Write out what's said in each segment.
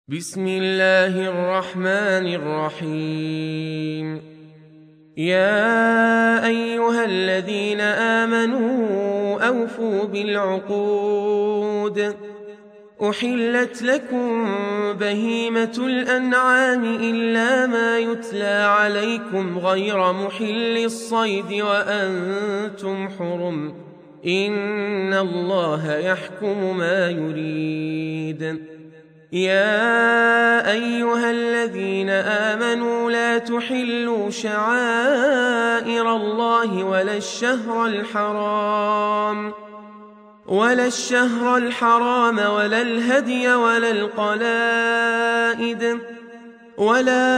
بسم الله الرحمن الرحيم. يا أيها الذين آمنوا أوفوا بالعقود. أحلت لكم بهيمة الأنعام إلا ما يتلى عليكم غير محل الصيد وأنتم حرم، إن الله يحكم ما يريد. يا أيها الذين آمنوا لا تحلوا شعائر الله ولا الشهر الحرام ولا الهدي ولا القلائد ولا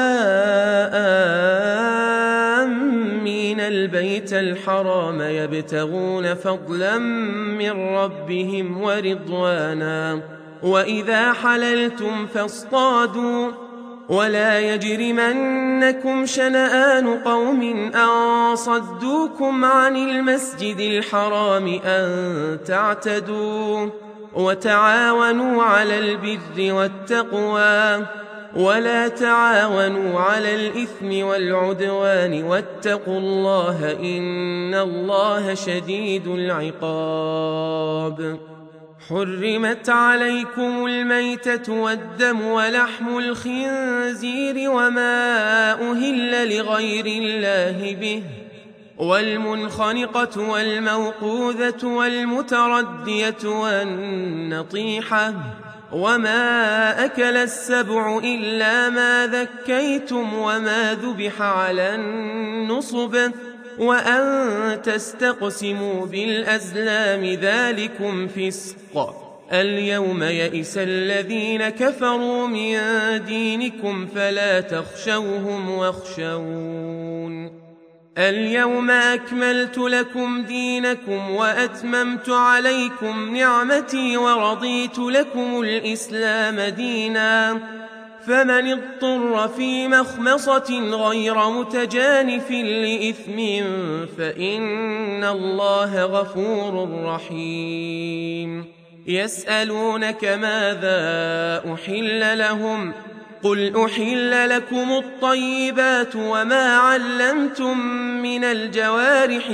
آمين البيت الحرام يبتغون فضلا من ربهم ورضوانا، وإذا حللتم فاصطادوا، ولا يجرمنكم شنآن قوم أن صدوكم عن المسجد الحرام أن تعتدوا، وتعاونوا على البر والتقوى ولا تعاونوا على الإثم والعدوان، واتقوا الله إن الله شديد العقاب. حرمت عليكم الميتة والدم ولحم الخنزير وما أهل لغير الله به، والمنخنقة والموقوذة والمتردية والنطيحة، وما أكل السبع إلا ما ذكيتم وما ذبح على النصب، وأن تستقسموا بالأزلام ذلكم فسق. اليوم يئس الذين كفروا من دينكم فلا تخشوهم واخشون. اليوم أكملت لكم دينكم وأتممت عليكم نعمتي ورضيت لكم الإسلام دينا، فمن اضطر في مخمصة غير متجانف لإثم فإن الله غفور رحيم. يسألونك ماذا أحل لهم؟ قل أحل لكم الطيبات وما علمتم من الجوارح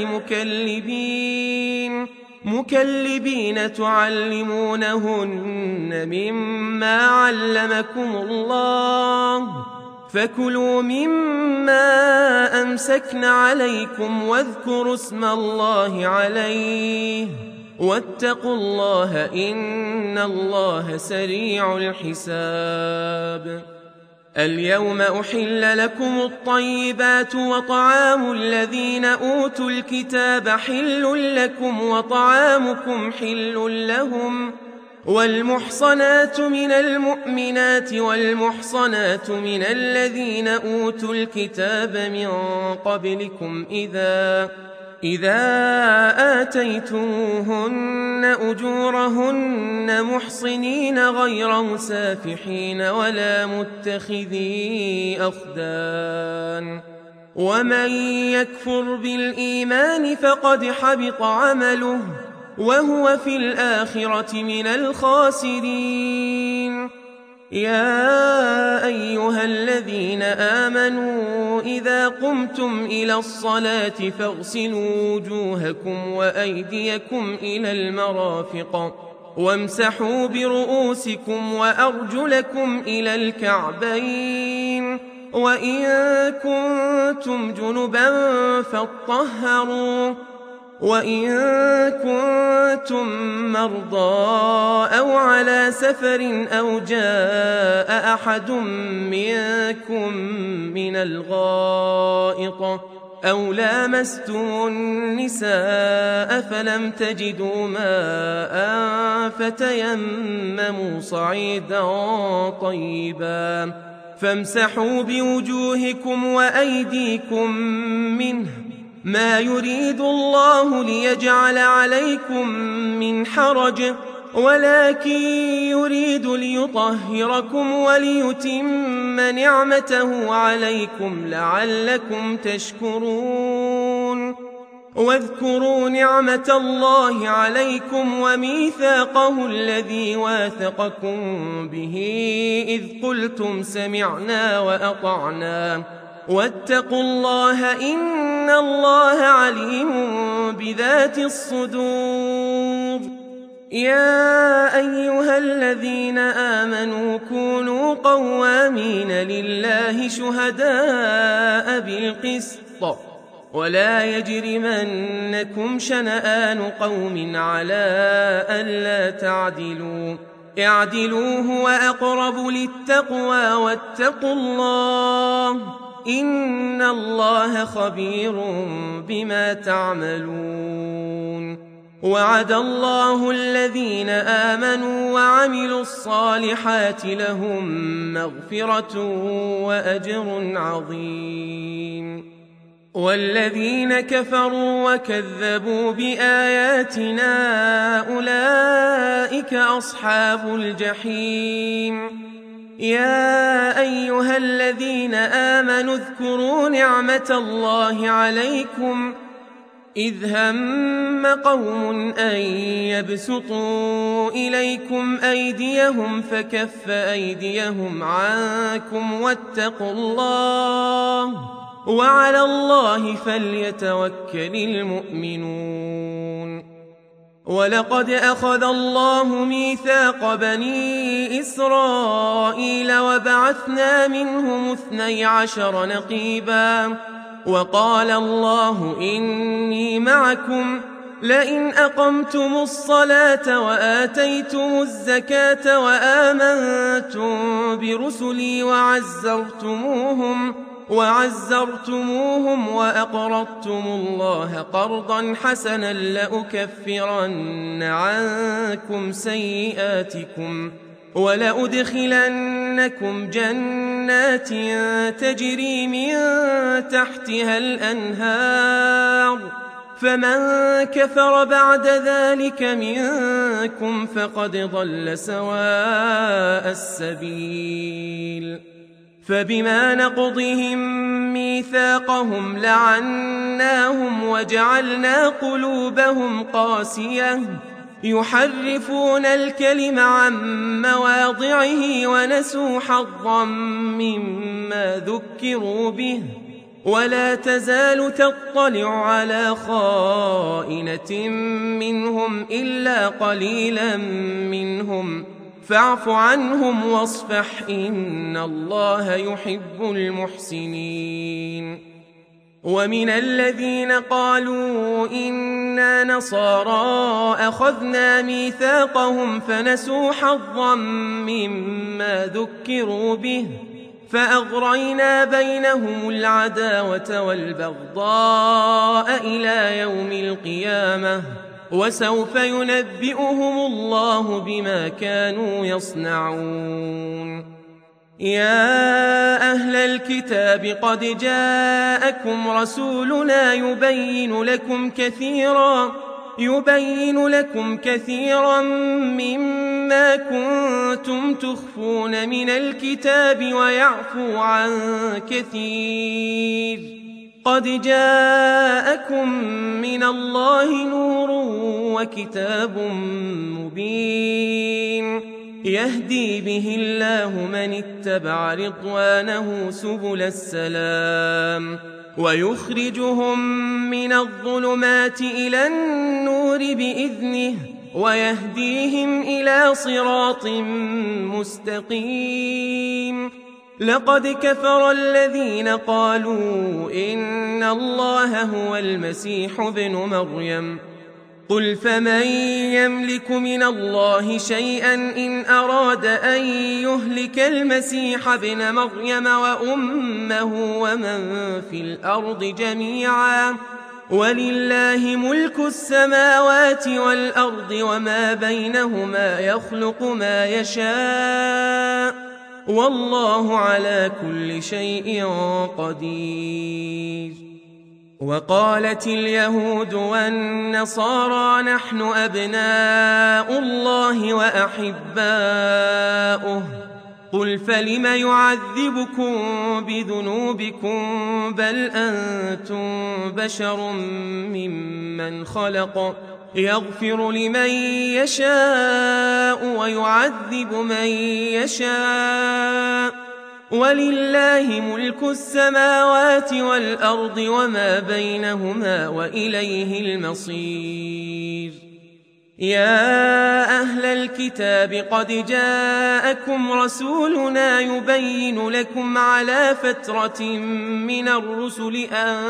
مكلبين تعلمونهن مما علمكم الله، فكلوا مما أمسكن عليكم واذكروا اسم الله عليه، واتقوا الله إن الله سريع الحساب. اليوم أحل لكم الطيبات، وطعام الذين أوتوا الكتاب حل لكم وطعامكم حل لهم، والمحصنات من المؤمنات والمحصنات من الذين أوتوا الكتاب من قبلكم إذا آتيتموهن أجورهن محصنين غير مسافحين ولا متخذي أخدان، ومن يكفر بالإيمان فقد حبط عمله وهو في الآخرة من الخاسرين. يا أيها الذين آمنوا إذا قمتم إلى الصلاة فاغسلوا وجوهكم وأيديكم إلى المرافق، وامسحوا برؤوسكم وأرجلكم إلى الكعبين، وإن كنتم جنبا فاطهروا، وإن كنتم مرضى أو على سفر أو جاء أحد منكم من الغائط أو لامستم النساء فلم تجدوا ماء فتيمموا صعيدا طيبا فامسحوا بوجوهكم وأيديكم منه، ما يريد الله ليجعل عليكم من حرج، ولكن يريد ليطهركم وليتم نعمته عليكم لعلكم تشكرون. واذكروا نعمة الله عليكم وميثاقه الذي واثقكم به إذ قلتم سمعنا وأطعنا واتقوا الله إن الله عليم بذات الصدور. يا أيها الذين آمنوا كونوا قوامين لله شهداء بالقسط ولا يجرمنكم شنآن قوم على ألا تعدلوا اعدلوا هو أقرب للتقوى واتقوا الله إن الله خبير بما تعملون. وعد الله الذين آمنوا وعملوا الصالحات لهم مغفرة وأجر عظيم. والذين كفروا وكذبوا بآياتنا أولئك أصحاب الجحيم. يا أيها الذين آمنوا اذكروا نعمة الله عليكم إذ هم قوم أن يبسطوا إليكم أيديهم فكف أيديهم عنكم واتقوا الله وعلى الله فليتوكل المؤمنون. ولقد أخذ الله ميثاق بني إسرائيل وبعثنا منهم 12 نقيبا وقال الله إني معكم لئن أقمتم الصلاة وآتيتم الزكاة وآمنتم برسلي وعزرتموهم وأقرضتم الله قرضا حسنا لأكفرن عنكم سيئاتكم ولأدخلنكم جنات تجري من تحتها الأنهار فمن كفر بعد ذلك منكم فقد ضل سواء السبيل. فبما نقضهم ميثاقهم لعناهم وجعلنا قلوبهم قاسية يحرفون الكلم عن مواضعه ونسوا حظا مما ذكروا به ولا تزال تطلع على خائنة منهم إلا قليلا منهم فاعف عنهم واصفح إن الله يحب المحسنين. ومن الذين قالوا إنا نصارى أخذنا ميثاقهم فنسوا حظا مما ذكروا به فأغرينا بينهم العداوة والبغضاء إلى يوم القيامة وسوف ينبئهم الله بما كانوا يصنعون. يا أهل الكتاب قد جاءكم رسولنا يبين لكم كثيرا مما كنتم تخفون من الكتاب ويعفو عن كثير. قد جاءكم من الله نور وكتاب مبين يهدي به الله من اتبع رضوانه سبل السلام ويخرجهم من الظلمات إلى النور بإذنه ويهديهم إلى صراط مستقيم. لقد كفر الذين قالوا إن الله هو المسيح ابن مريم قل فمن يملك من الله شيئا إن أراد أن يهلك المسيح ابن مريم وأمه ومن في الأرض جميعا ولله ملك السماوات والأرض وما بينهما يخلق ما يشاء والله على كل شيء قدير. وقالت اليهود والنصارى نحن أبناء الله وأحباؤه قل فلم يعذبكم بذنوبكم بل أنتم بشر ممن خلق يغفر لمن يشاء ويعذب من يشاء ولله ملك السماوات والأرض وما بينهما وإليه المصير. يا أهل الكتاب قد جاءكم رسولنا يبين لكم على فترة من الرسل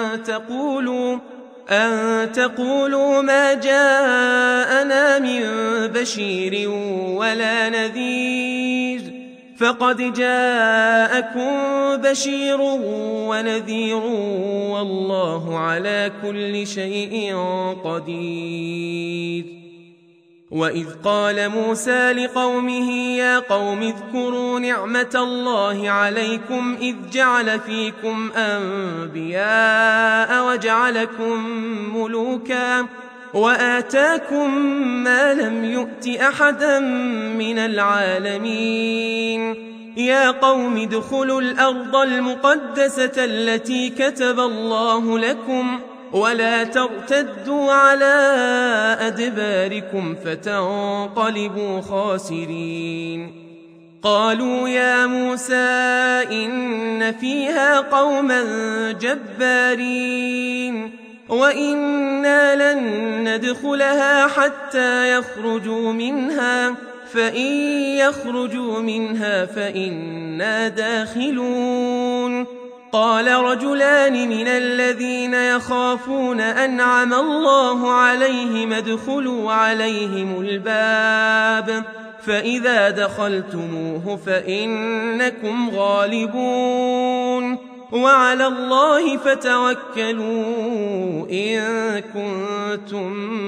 أن تقولوا ما جاءنا من بشير ولا نذير فقد جاءكم بشير ونذير والله على كل شيء قدير. وإذ قال موسى لقومه يا قوم اذكروا نعمة الله عليكم إذ جعل فيكم أنبياء وجعلكم ملوكا وآتاكم ما لم يؤت أحدا من العالمين. يا قوم ادخلوا الأرض المقدسة التي كتب الله لكم ولا ترتدوا على أدباركم فتنقلبوا خاسرين. قالوا يا موسى إن فيها قوما جبارين وإنا لن ندخلها حتى يخرجوا منها فإن يخرجوا منها فإنا داخلون. قال رجلان من الذين يخافون أنعم الله عليهم ادخلوا عليهم الباب فإذا دخلتموه فإنكم غالبون وعلى الله فتوكلوا إن كنتم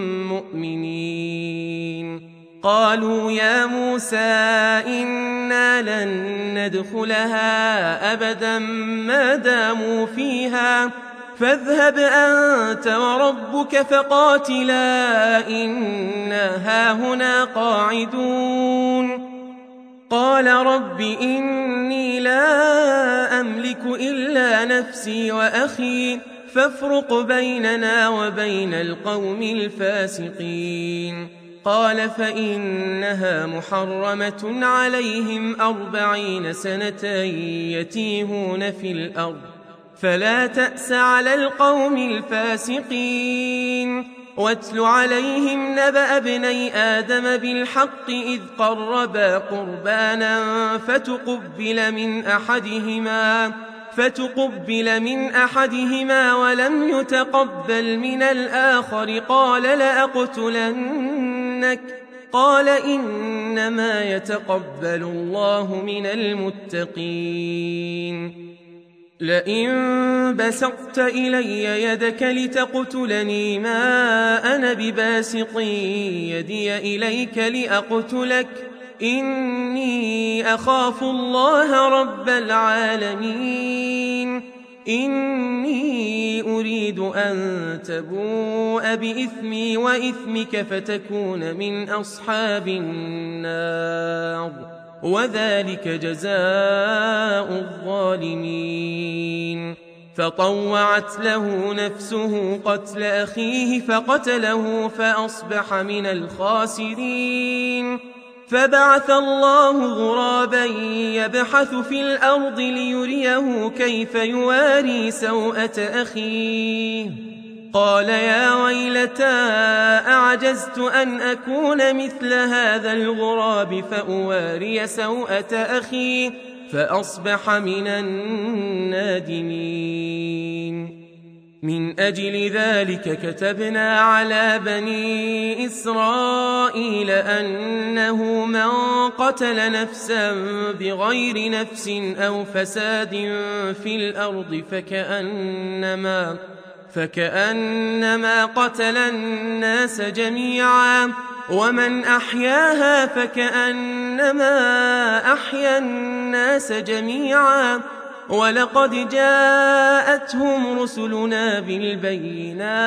مؤمنين. قالوا يا موسى إنا لن ندخلها أبدا ما داموا فيها فاذهب أنت وربك فقاتلا إنا هاهنا قاعدون. قال رب إني لا أملك إلا نفسي وأخي فافرق بيننا وبين القوم الفاسقين. قال فإنها محرمة عليهم 40 سنة يتيهون في الأرض فلا تأس على القوم الفاسقين. واتل عليهم نبأ ابني آدم بالحق إذ قربا قربانا فتقبل من أحدهما ولم يتقبل من الآخر قال لأقتلنك قال إنما يتقبل الله من المتقين. لئن بسطت إلي يدك لتقتلني ما أنا بباسط يدي إليك لأقتلك إني أخاف الله رب العالمين. إني أريد أن تبوء بإثمي وإثمك فتكون من أصحاب النار وذلك جزاء الظالمين. فطوعت له نفسه قتل أخيه فقتله فأصبح من الخاسرين. فبعث الله غرابا يبحث في الأرض ليريه كيف يواري سوءة أخيه قال يا ويلتى أعجزت أن أكون مثل هذا الغراب فأواري سوءة أخي فأصبح من النادمين. من أجل ذلك كتبنا على بني إسرائيل أنه من قتل نفسا بغير نفس أو فساد في الأرض فكأنما قتل الناس جميعا ومن أحياها فكأنما أحيا الناس جميعا ولقد جاءتهم رسلنا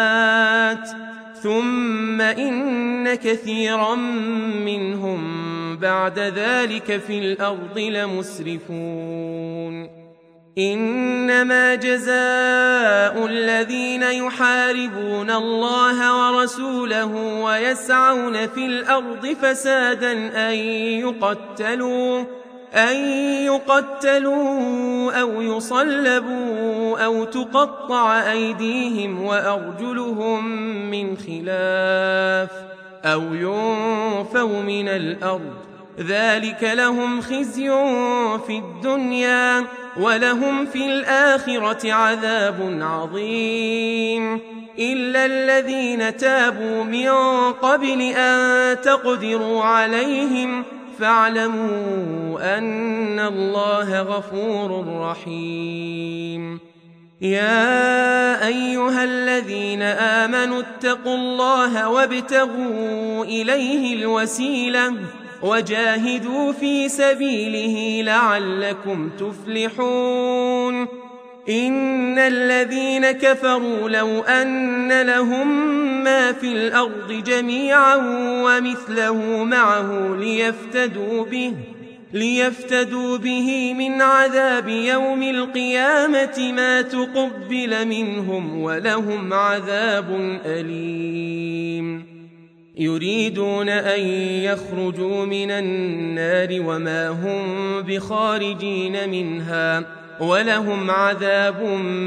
بالبينات ثم إن كثيرا منهم بعد ذلك في الأرض لمسرفون إنما جزاء الذين يحاربون الله ورسوله ويسعون في الأرض فسادا أن يقتلوا أو يصلبوا أو تقطع أيديهم وأرجلهم من خلاف أو ينفوا من الأرض ذلك لهم خزي في الدنيا ولهم في الآخرة عذاب عظيم إلا الذين تابوا من قبل أن تقدروا عليهم فاعلموا أن الله غفور رحيم يا أيها الذين آمنوا اتقوا الله وابتغوا إليه الوسيلة وجاهدوا في سبيله لعلكم تفلحون إن الذين كفروا لو أن لهم ما في الأرض جميعا ومثله معه ليفتدوا به من عذاب يوم القيامة ما تقبل منهم ولهم عذاب أليم يريدون أن يخرجوا من النار وما هم بخارجين منها ولهم عذاب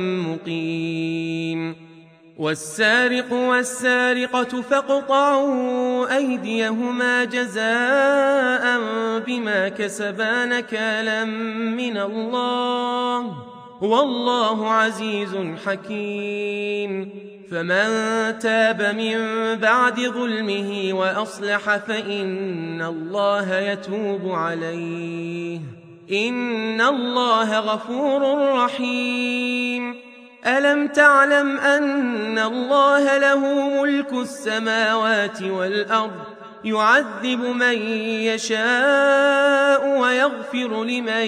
مقيم والسارق والسارقة فاقطعوا أيديهما جزاء بما كسبا نكالا من الله والله عزيز حكيم فمن تاب من بعد ظلمه وأصلح فإن الله يتوب عليه إن الله غفور رحيم ألم تعلم أن الله له ملك السماوات والأرض يعذب من يشاء ويغفر لمن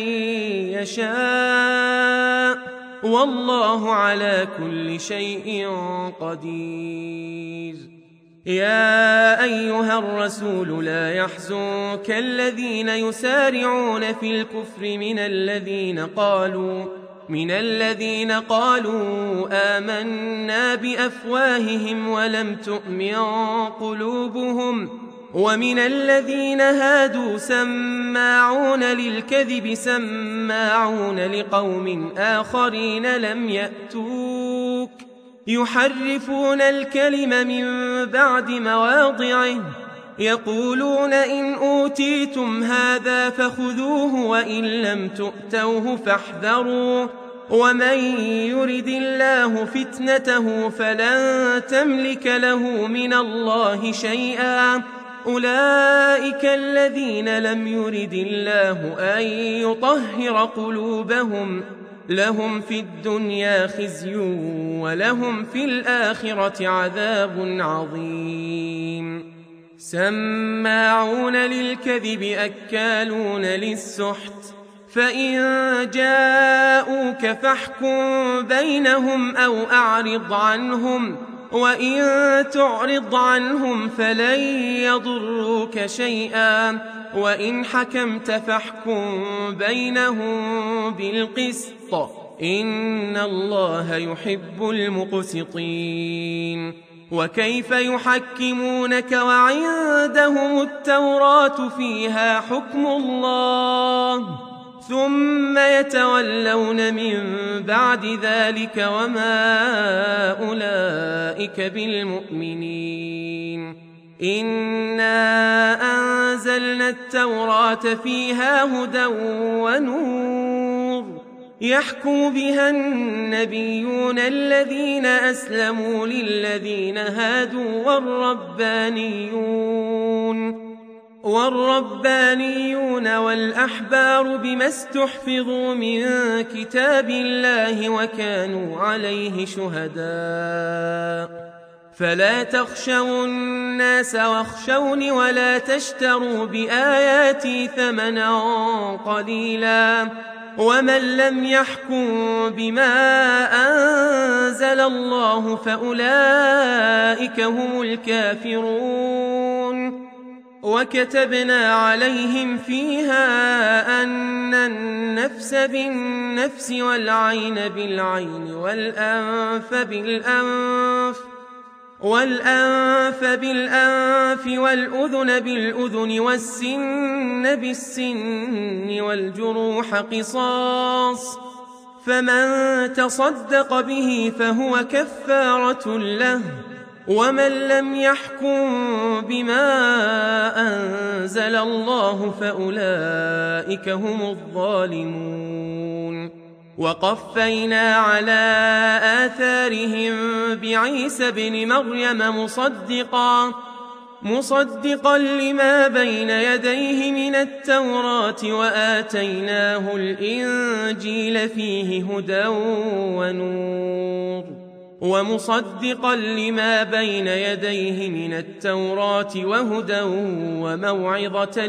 يشاء والله على كل شيء قدير يا أيها الرسول لا يحزنك الذين يسارعون في الكفر من الذين قالوا آمنا بأفواههم ولم تؤمن قلوبهم ومن الذين هادوا سماعون للكذب سماعون لقوم آخرين لم يأتوك يحرفون الكلم من بعد مواضعه يقولون إن أوتيتم هذا فخذوه وإن لم تؤتوه فاحذروا ومن يرد الله فتنته فلن تملك له من الله شيئا أولئك الذين لم يرد الله أن يطهر قلوبهم لهم في الدنيا خزي ولهم في الآخرة عذاب عظيم سماعون للكذب أكالون للسحت فإن جاءوك فاحكم بينهم أو أعرض عنهم وإن تعرض عنهم فلن يضروك شيئا وإن حكمت فاحكم بينهم بالقسط إن الله يحب المقسطين وكيف يحكمونك وعندهم التوراة فيها حكم الله ثم يتولون من بعد ذلك وما أولئك بالمؤمنين إنا أنزلنا التوراة فيها هدى ونور يحكم بها النبيون الذين أسلموا للذين هادوا والربانيون والأحبار بما استحفظوا من كتاب الله وكانوا عليه شهداء فلا تخشوا الناس واخشوني ولا تشتروا بآياتي ثمنا قليلا ومن لم يحكم بما أنزل الله فأولئك هم الكافرون وكتبنا عليهم فيها أن النفس بالنفس والعين بالعين والأنف بالأنف والأذن بالأذن والسن بالسن والجروح قصاص، فمن تصدق به فهو كفارة له، ومن لم يحكم بما أنزل الله فأولئك هم الظالمون. وقفينا على آثارهم بعيسى ابن مريم مصدقا لما بين يديه من التوراة، وآتيناه الإنجيل فيه هدى ونور، ومصدقا لما بين يديه من التوراة وهدى وموعظة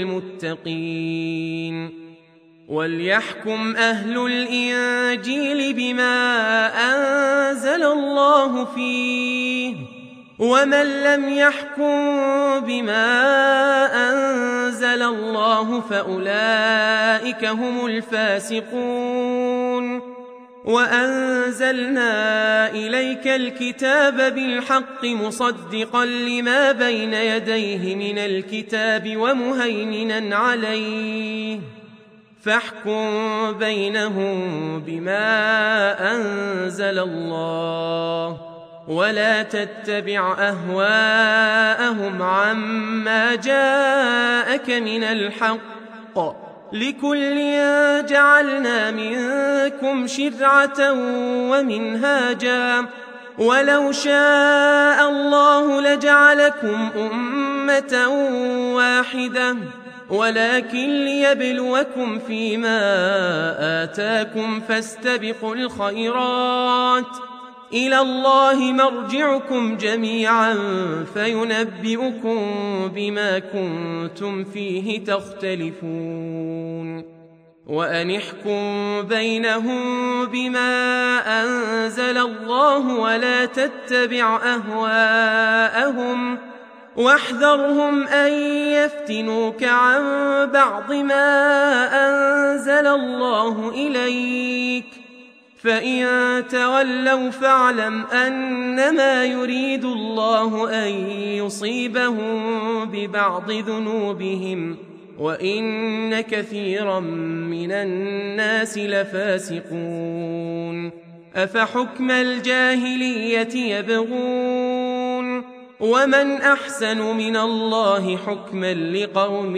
للمتقين. وليحكم أهل الإنجيل بما أنزل الله فيه، ومن لم يحكم بما أنزل الله فأولئك هم الفاسقون. وأنزلنا إليك الكتاب بالحق مصدقا لما بين يديه من الكتاب ومهيمنا عليه، فاحكم بينهم بما أنزل الله، ولا تتبع أهواءهم عما جاءك من الحق، لكل جعلنا منكم شرعة ومنهاجا، ولو شاء الله لجعلكم أمة واحدة، ولكن ليبلوكم فيما آتاكم، فاستبقوا الخيرات، إلى الله مرجعكم جميعا فينبئكم بما كنتم فيه تختلفون. وأن احكم بينهم بما أنزل الله، ولا تتبع أهواءهم، واحذرهم أن يفتنوك عن بعض ما أنزل الله إليك، فإن تولوا فاعلم أنما يريد الله أن يصيبهم ببعض ذنوبهم، وإن كثيرا من الناس لفاسقون. أفحكم الجاهلية يبغون، ومن أحسن من الله حكما لقوم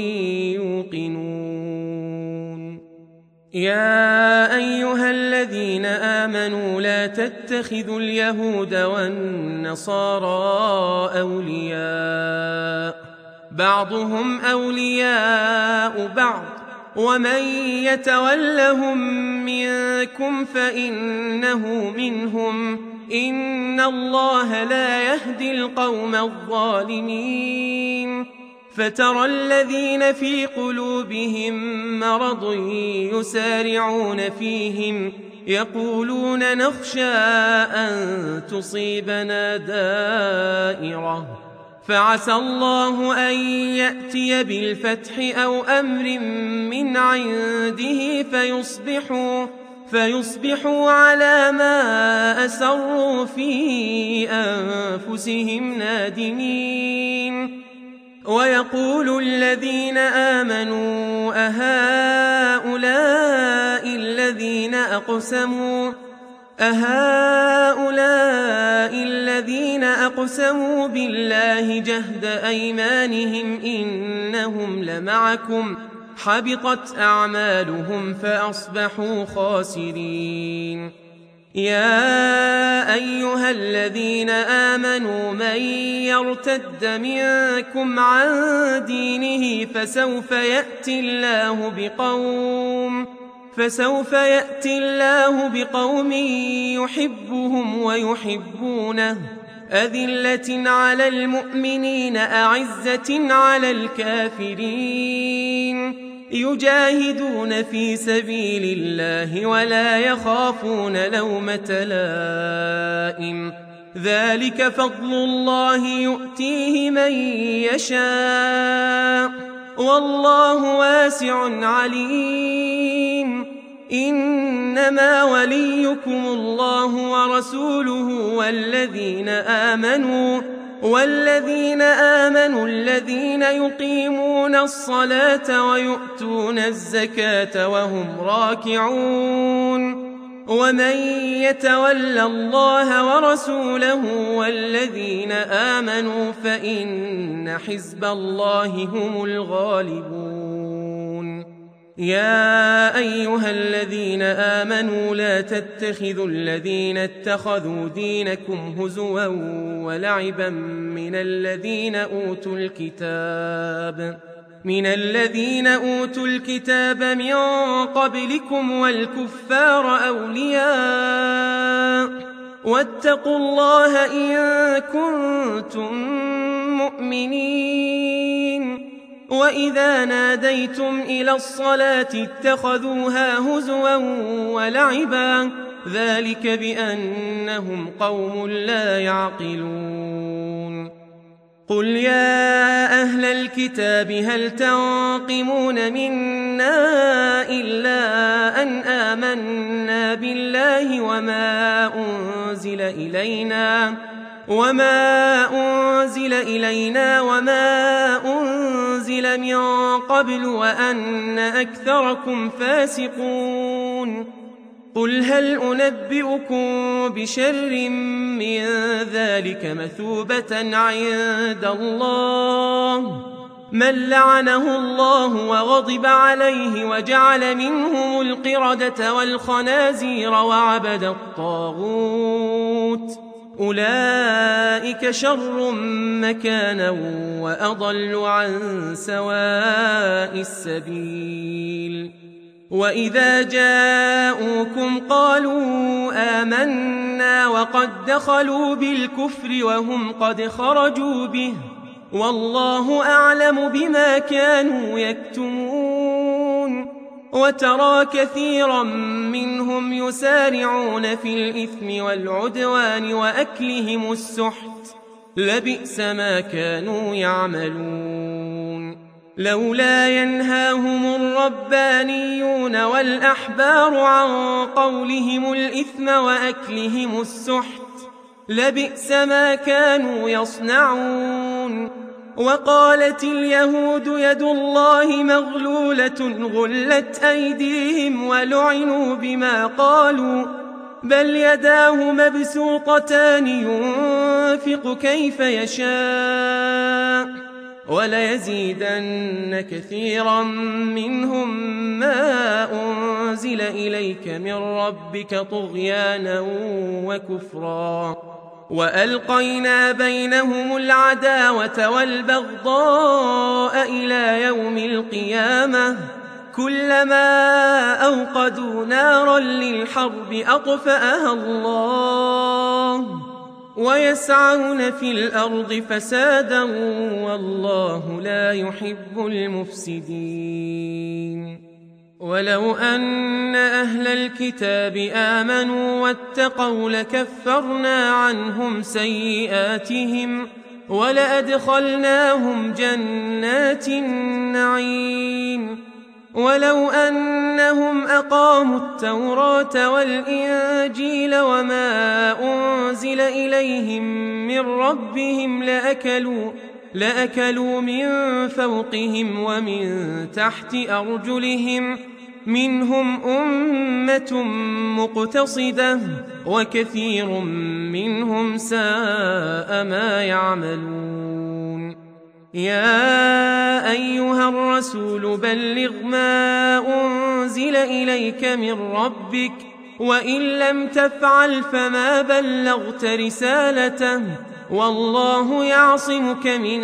يوقنون. يا أيها الذين آمنوا لا تتخذوا اليهود والنصارى أولياء، بعضهم أولياء بعض، ومن يتولهم منكم فإنه منهم، إن الله لا يهدي القوم الظالمين. فترى الذين في قلوبهم مرض يسارعون فيهم، يقولون نخشى أن تصيبنا دائرة، فعسى الله أن يأتي بالفتح أو أمر من عنده فيصبحوا على ما أسروا في أنفسهم نادمين. ويقول الذين آمنوا أهؤلاء الذين أقسموا بالله جهد أيمانهم إنهم لمعكم، حبطت أعمالهم فأصبحوا خاسرين. يا أيها الذين آمنوا من يرتد منكم عن دينه فسوف يأتي الله بقوم يحبهم ويحبونه، أذلة على المؤمنين أعزة على الكافرين، يجاهدون في سبيل الله ولا يخافون لومة لائم، ذلك فضل الله يؤتيه من يشاء والله واسع عليم. إنما وليكم الله ورسوله والذين آمنوا الذين يقيمون الصلاة ويؤتون الزكاة وهم راكعون. ومن يتول الله ورسوله والذين آمنوا فإن حزب الله هم الغالبون. يا أيها الذين آمنوا لا تتخذوا الذين اتخذوا دينكم هزوا ولعبا من الذين أوتوا الكتاب من قبلكم والكفار أولياء واتقوا الله إن كنتم مؤمنين. وإذا ناديتم إلى الصلاة اتخذوها هزوا ولعبا ذلك بأنهم قوم لا يعقلون. قل يا أهل الكتاب هل تنقمون منا إلا أن آمنا بالله وما أنزل إلينا وما أنزل من قبل وأن أكثركم فاسقون. قل هل أنبئكم بشر من ذلك مثوبة عند الله من لعنه الله وغضب عليه وجعل منهم القردة والخنازير وعبد الطاغوت أولئك شر مكانا وأضل عن سواء السبيل. وإذا جاءوكم قالوا آمنا وقد دخلوا بالكفر وهم قد خرجوا به والله أعلم بما كانوا يكتمون. وترى كثيرا منهم يسارعون في الإثم والعدوان وأكلهم السحت لبئس ما كانوا يعملون. لولا ينهاهم الربانيون والأحبار عن قولهم الإثم وأكلهم السحت لبئس ما كانوا يصنعون. وقالت اليهود يد الله مغلولة غلت أيديهم ولعنوا بما قالوا بل يداه مبسوطتان ينفق كيف يشاء وليزيدن كثيرا منهم ما أنزل إليك من ربك طغيانا وكفرا. وألقينا بينهم العداوة والبغضاء إلى يوم القيامة كلما أوقدوا نارا للحرب أطفأها الله ويسعون في الأرض فسادا والله لا يحب المفسدين. ولو أن أهل الكتاب آمنوا واتقوا لكفرنا عنهم سيئاتهم ولأدخلناهم جنات النعيم. ولو أنهم أقاموا التوراة والإنجيل وما أنزل إليهم من ربهم لأكلوا من فوقهم ومن تحت أرجلهم منهم أمة مقتصدة وكثير منهم ساء ما يعملون. يا أيها الرسول بلغ ما أنزل إليك من ربك وإن لم تفعل فما بلغت رسالته والله يعصمك من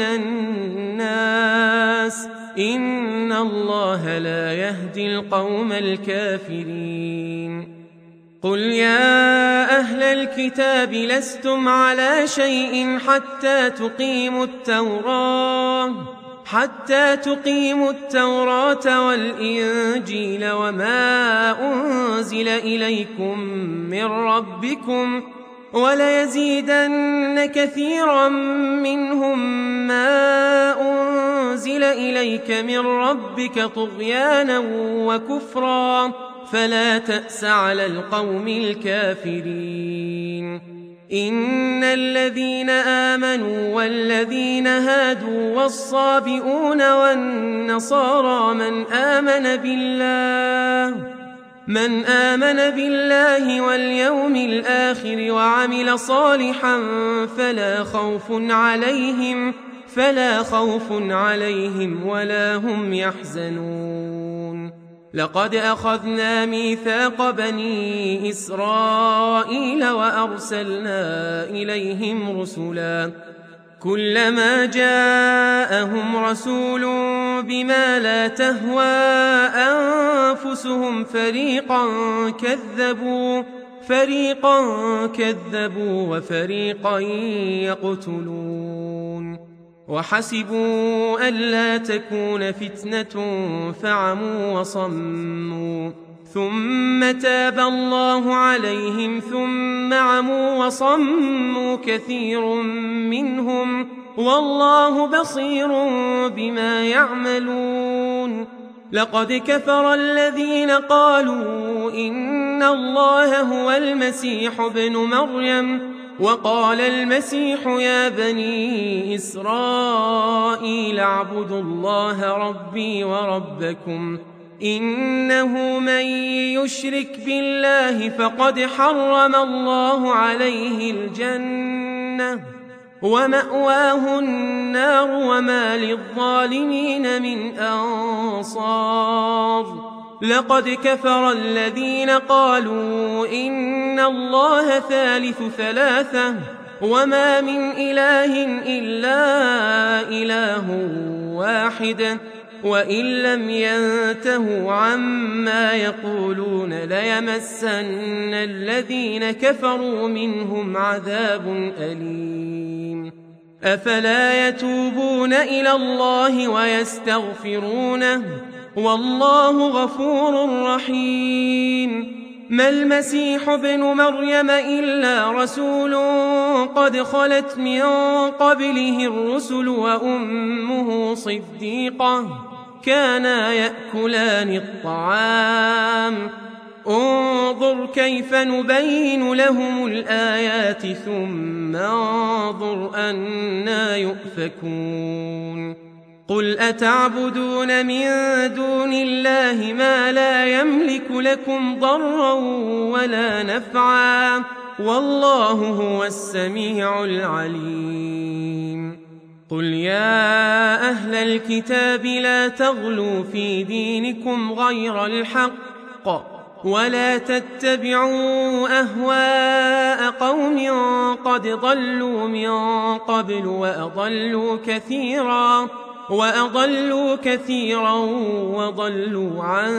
الناس إن الله لا يهدي القوم الكافرين. قل يا أهل الكتاب لستم على شيء حتى تقيموا التوراة والإنجيل وما أنزل إليكم من ربكم وليزيدن كثيرا منهم ما أنزل إليك من ربك طغيانا وكفرا فلا تأس على القوم الكافرين. إن الذين آمنوا والذين هادوا والصابئون والنصارى من آمن بالله واليوم الآخر وعمل صالحا فلا خوف عليهم ولا هم يحزنون. لقد أخذنا ميثاق بني إسرائيل وأرسلنا إليهم رسلا كلما جاءهم رسول بما لا تهوى أنفسهم فريقا كذبوا وفريقا يقتلون. وحسبوا ألا تكون فتنة فعموا وصموا ثم تاب الله عليهم ثم عموا وصموا كثير منهم والله بصير بما يعملون. لقد كفر الذين قالوا إن الله هو المسيح ابن مريم وقال المسيح يا بني إسرائيل اعبدوا الله ربي وربكم إنه من يشرك بالله فقد حرم الله عليه الجنة ومأواه النار وما للظالمين من أنصار. لقد كفر الذين قالوا إن الله ثالث ثلاثة وما من إله إلا إله واحد وإن لم ينتهوا عما يقولون ليمسن الذين كفروا منهم عذاب أليم. أفلا يتوبون إلى الله ويستغفرونه والله غفور رحيم. ما المسيح ابن مريم إلا رسول قد خلت من قبله الرسل وأمه صديقة كانا يأكلان الطعام انظر كيف نبين لهم الآيات ثم انظر أنى يؤفكون. قل أتعبدون من دون الله ما لا يملك لكم ضرا ولا نفعا والله هو السميع العليم. قل يا أهل الكتاب لا تغلوا في دينكم غير الحق ولا تتبعوا أهواء قوم قد ضلوا من قبل وأضلوا كثيرا وضلوا عن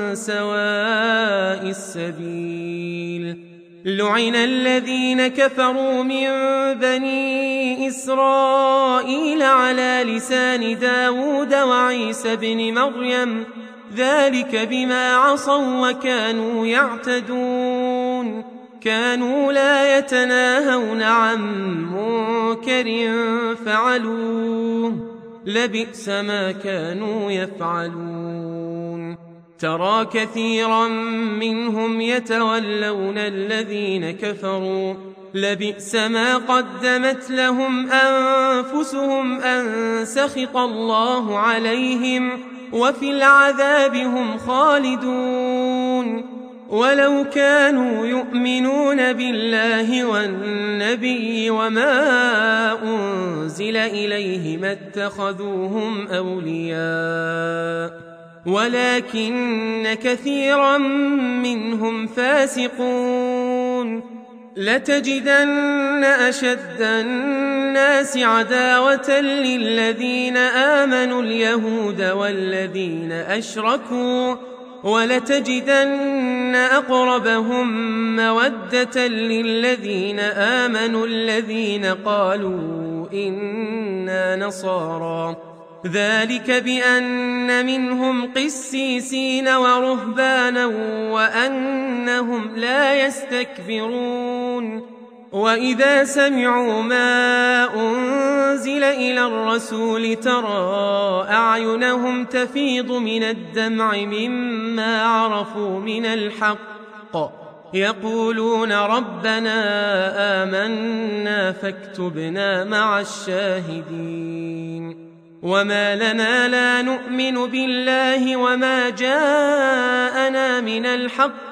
سواء السبيل. لعن الذين كفروا من بني إسرائيل على لسان داود وعيسى بن مريم ذلك بما عصوا وكانوا يعتدون. كانوا لا يتناهون عن منكر فعلوه لبئس ما كانوا يفعلون. ترى كثيرا منهم يتولون الذين كفروا لبئس ما قدمت لهم أنفسهم أن سخط الله عليهم وفي العذاب هم خالدون. ولو كانوا يؤمنون بالله والنبي وما أنزل إليه ما اتخذوهم أولياء ولكن كثيرا منهم فاسقون. لتجدن أشد الناس عداوة للذين آمنوا اليهود والذين أشركوا ولتجدن أقربهم مودة للذين آمنوا الذين قالوا إنا نصارى ذلك بأن منهم قسيسين ورهبانا وأنهم لا يستكبرون. وإذا سمعوا ما أنزل إلى الرسول ترى أعينهم تفيض من الدمع مما عرفوا من الحق يقولون ربنا آمنا فاكتبنا مع الشاهدين وما لنا لا نؤمن بالله وما جاءنا من الحق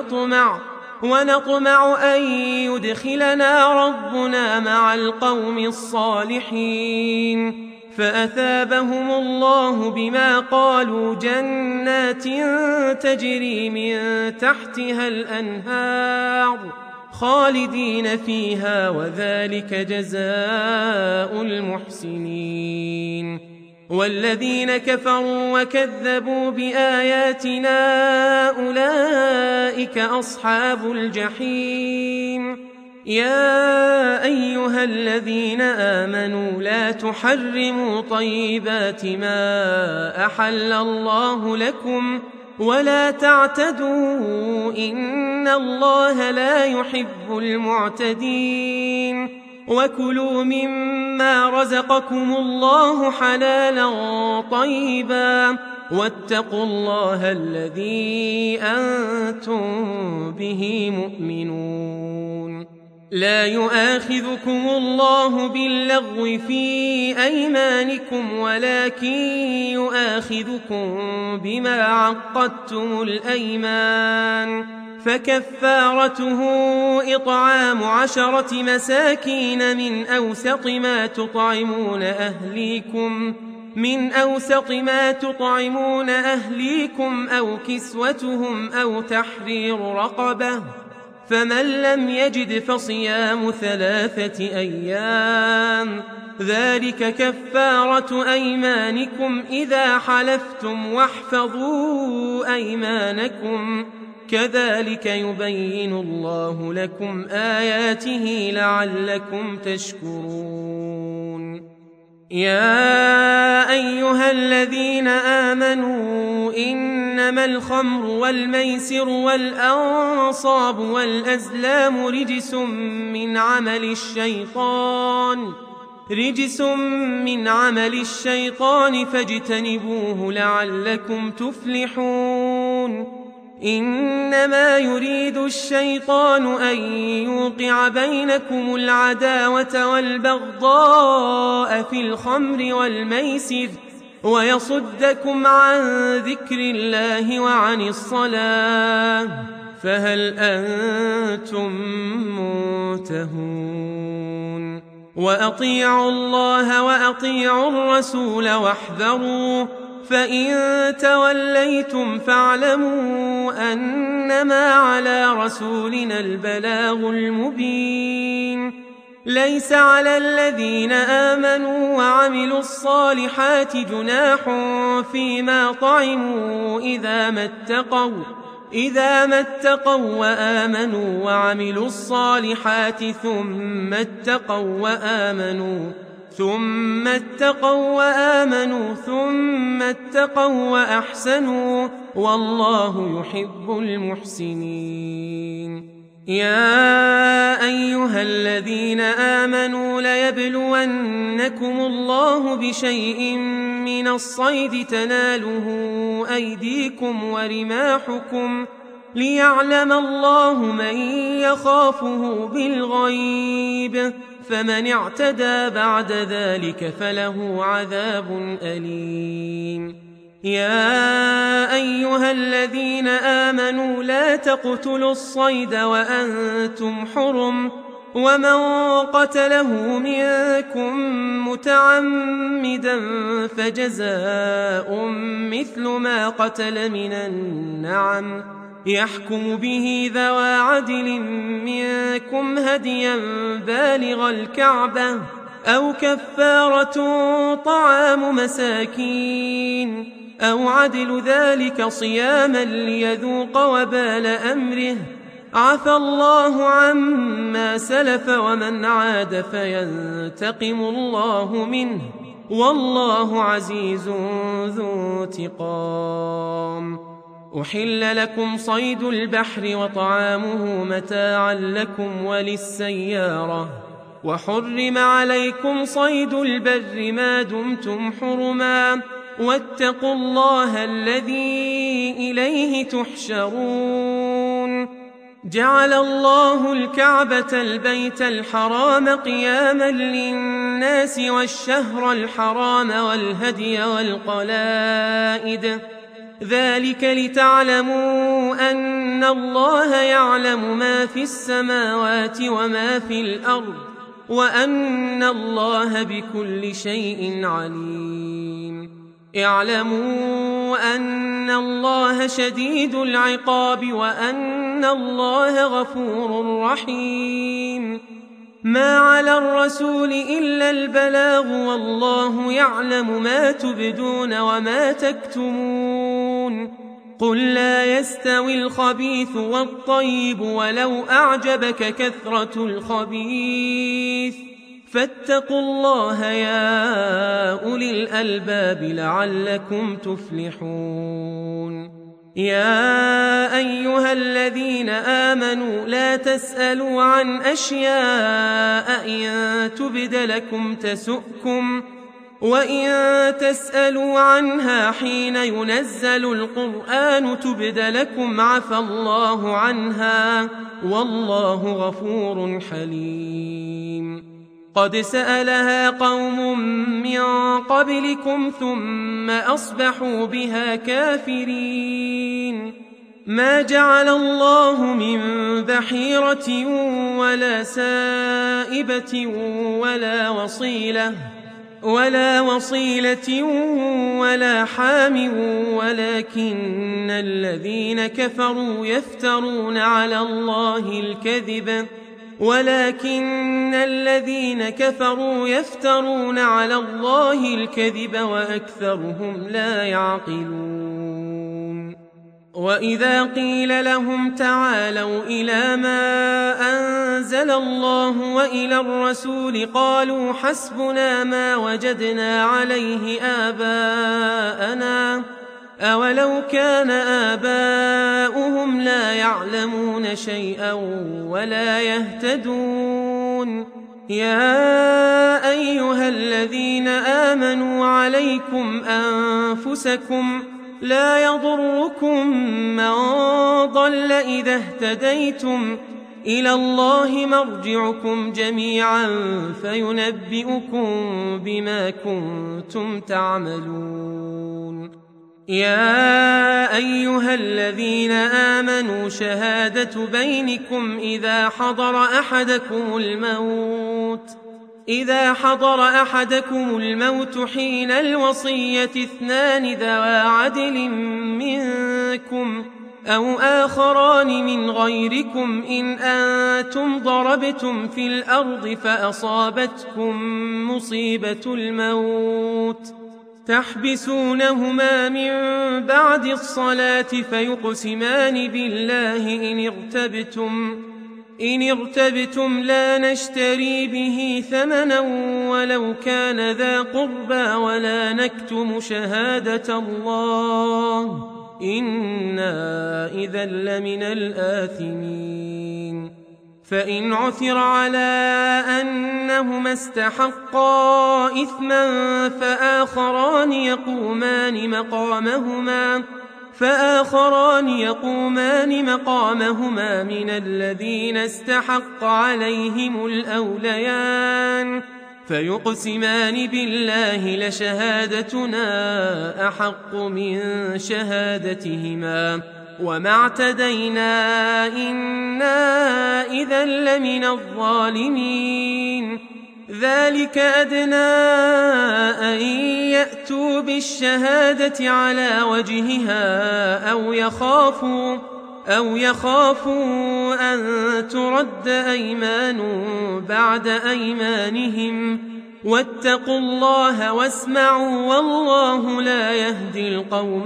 ونطمع أن يدخلنا ربنا مع القوم الصالحين فأثابهم الله بما قالوا جنات تجري من تحتها الأنهار خالدين فيها وذلك جزاء المحسنين والذين كفروا وكذبوا بآياتنا أولئك أصحاب الجحيم يا أيها الذين آمنوا لا تحرموا طيبات ما أحل الله لكم ولا تعتدوا إن الله لا يحب المعتدين وكلوا مما رزقكم الله حلالا طيبا واتقوا الله الذي أنتم به مؤمنون لا يؤاخذكم الله باللغو في أيمانكم ولكن يؤاخذكم بما عقدتم الأيمان فكفارته إطعام 10 مساكين من أوسط ما تطعمون أهليكم أو كسوتهم أو تحرير رقبة فمن لم يجد فصيام 3 أيام ذلك كفارة أيمانكم إذا حلفتم واحفظوا أيمانكم كذلك يبين الله لكم آياته لعلكم تشكرون يا أيها الذين آمنوا إنما الخمر والميسر والأنصاب والأزلام رجس من عمل الشيطان فاجتنبوه لعلكم تفلحون إنما يريد الشيطان أن يوقع بينكم العداوة والبغضاء في الخمر والميسر ويصدكم عن ذكر الله وعن الصلاة فهل أنتم منتهون وأطيعوا الله وأطيعوا الرسول واحذروا فإن توليتم فاعلموا أنما على رسولنا البلاغ المبين ليس على الذين آمنوا وعملوا الصالحات جناح فيما طعموا إذا ما اتقوا وآمنوا وعملوا الصالحات ثم اتقوا وأحسنوا والله يحب المحسنين يا أيها الذين آمنوا ليبلونكم الله بشيء من الصيد تناله أيديكم ورماحكم ليعلم الله من يخافه بالغيب فمن اعتدى بعد ذلك فله عذاب أليم يا أيها الذين آمنوا لا تقتلوا الصيد وأنتم حرم ومن قتله منكم متعمدا فجزاء مثل ما قتل من النعم يحكم به ذوى عدل منكم هديا بالغ الكعبة أو كفارة طعام مساكين أو عدل ذلك صياما ليذوق وبال أمره عفى الله عما سلف ومن عاد فينتقم الله منه والله عزيز ذو انتقام أحل لكم صيد البحر وطعامه متاعا لكم وللسيارة وحرم عليكم صيد البر ما دمتم حرما واتقوا الله الذي إليه تحشرون جعل الله الكعبة البيت الحرام قياما للناس والشهر الحرام والهدي والقلائد ذلك لتعلموا أن الله يعلم ما في السماوات وما في الأرض وأن الله بكل شيء عليم اعلموا أن الله شديد العقاب وأن الله غفور رحيم ما على الرسول إلا البلاغ والله يعلم ما تبدون وما تكتمون قل لا يستوي الخبيث والطيب ولو أعجبك كثرة الخبيث فاتقوا الله يا أولي الألباب لعلكم تفلحون يا أيها الذين آمنوا لا تسألوا عن أشياء إن تبد لكم تسؤكم وإن تسألوا عنها حين ينزل القرآن تبد لكم عفى الله عنها والله غفور حليم قد سألها قوم من قبلكم ثم أصبحوا بها كافرين ما جعل الله من بحيرة ولا سائبة ولا وصيلة ولا حام ولكن الذين كفروا يفترون على الله الكذب وأكثرهم لا يعقلون وإذا قيل لهم تعالوا إلى ما أنزل الله وإلى الرسول قالوا حسبنا ما وجدنا عليه آباءنا أولو كان آباؤهم لا يعلمون شيئا ولا يهتدون يا أيها الذين آمنوا عليكم أنفسكم لا يضركم من ضل إذا اهتديتم إلى الله مرجعكم جميعا فينبئكم بما كنتم تعملون يا أيها الذين آمنوا شهادة بينكم إذا حضر أحدكم الموت حين الوصية 2 ذوى عدل منكم أو آخران من غيركم إن أنتم ضربتم في الأرض فأصابتكم مصيبة الموت تحبسونهما من بعد الصلاة فيقسمان بالله إن ارتبتم لا نشتري به ثمنا ولو كان ذا قربى ولا نكتم شهادة الله إنا إذا لمن الآثمين فإن عثر على أنهما استحقا إثما فآخران يقومان مقامهما من الذين استحق عليهم الأوليان فيقسمان بالله لشهادتنا أحق من شهادتهما وما اعتدينا إنا إذا لمن الظالمين ذلك أدنى أن يأتوا بالشهادة على وجهها أو يخافوا أن ترد أيمان بعد أيمانهم واتقوا الله واسمعوا والله لا يهدي القوم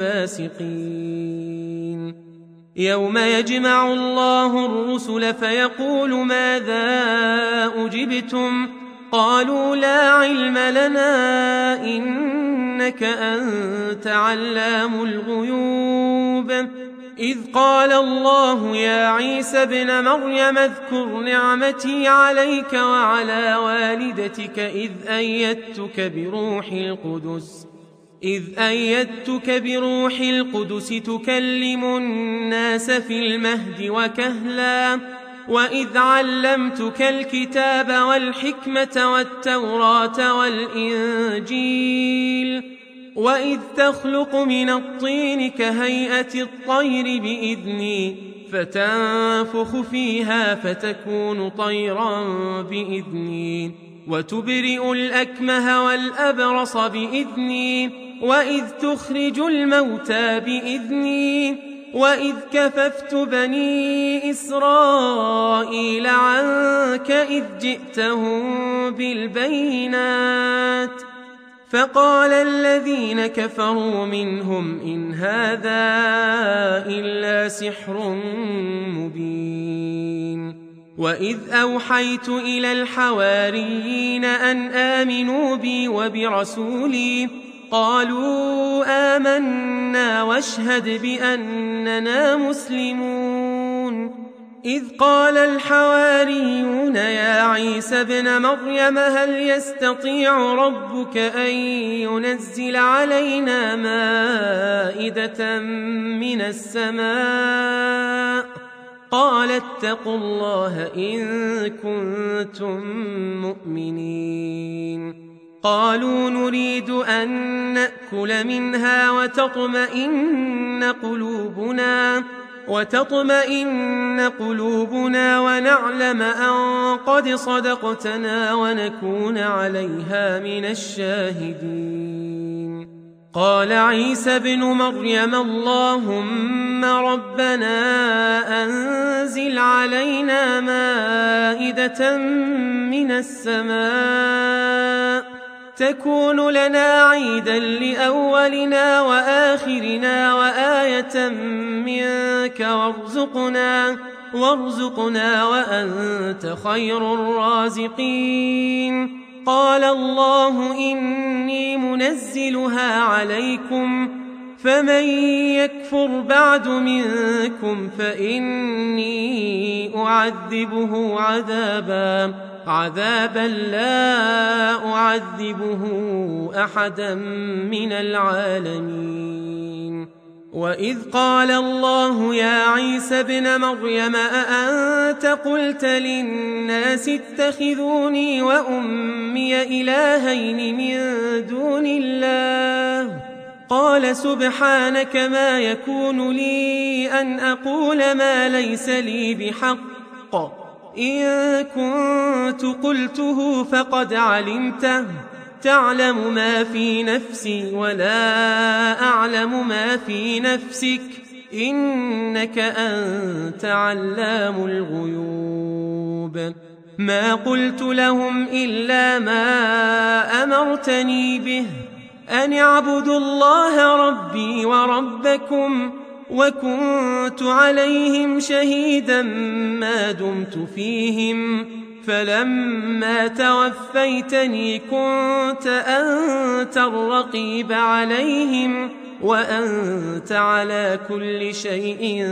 الفاسقين يوم يجمع الله الرسل فيقول ماذا أجبتم قالوا لا علم لنا إنك إنك أنت علام الغيوب إذ قال الله يا عيسى ابن مريم اذكر نعمتي عليك وعلى والدتك إذ أيدتك بروح القدس تكلم الناس في المهد وكهلا وإذ علمتك الكتاب والحكمة والتوراة والإنجيل وإذ تخلق من الطين كهيئة الطير بإذني فتنفخ فيها فتكون طيرا بإذني وتبرئ الأكمه والأبرص بإذني وإذ تخرج الموتى بإذني وإذ كففت بني إسرائيل عنك إذ جئتهم بالبينات فقال الذين كفروا منهم إن هذا إلا سحر مبين وإذ أوحيت إلى الحواريين أن آمنوا بي وبرسولي قالوا آمنا واشهد بأننا مسلمون إذ قال الحواريون يا عيسى ابن مريم هل يستطيع ربك أن ينزل علينا مائدة من السماء قال اتقوا الله إن كنتم مؤمنين قالوا نريد أن نأكل منها وتطمئن قلوبنا ونعلم أن قد صدقتنا ونكون عليها من الشاهدين قال عيسى ابن مريم اللهم ربنا أنزل علينا مائدة من السماء تكون لنا عيدا لأولنا وآخرنا وآية منك وارزقنا وأنت خير الرازقين قال الله إني منزلها عليكم فمن يكفر بعد منكم فإني أعذبه عذابا لا أعذبه أحدا من العالمين وإذ قال الله يا عيسى ابن مريم أأنت قلت للناس اتخذوني وأمي إلهين من دون الله قال سبحانك ما يكون لي أن أقول ما ليس لي بحق إن كنت قلته فقد علمته تعلم ما في نفسي ولا أعلم ما في نفسك إنك أنت علام الغيوب ما قلت لهم إلا ما أمرتني به أن اعبدوا الله ربي وربكم وكنت عليهم شهيدا ما دمت فيهم فلما توفيتني كنت أنت الرقيب عليهم وأنت على كل شيء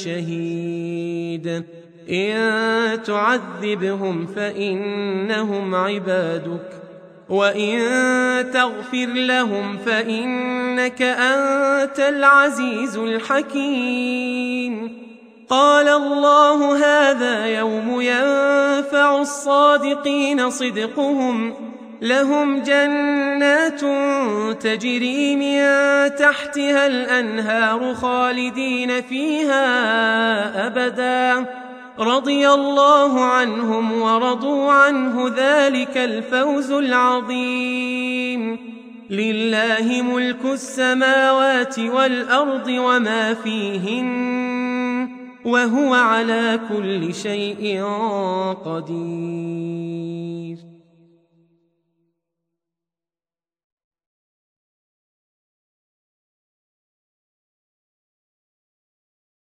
شهيد إن تعذبهم فإنهم عبادك وإن تغفر لهم فإنك أنت العزيز الحكيم قال الله هذا يوم ينفع الصادقين صدقهم لهم جنات تجري من تحتها الأنهار خالدين فيها أبدا رضي الله عنهم ورضوا عنه ذلك الفوز العظيم لله ملك السماوات والأرض وما فيهن وهو على كل شيء قدير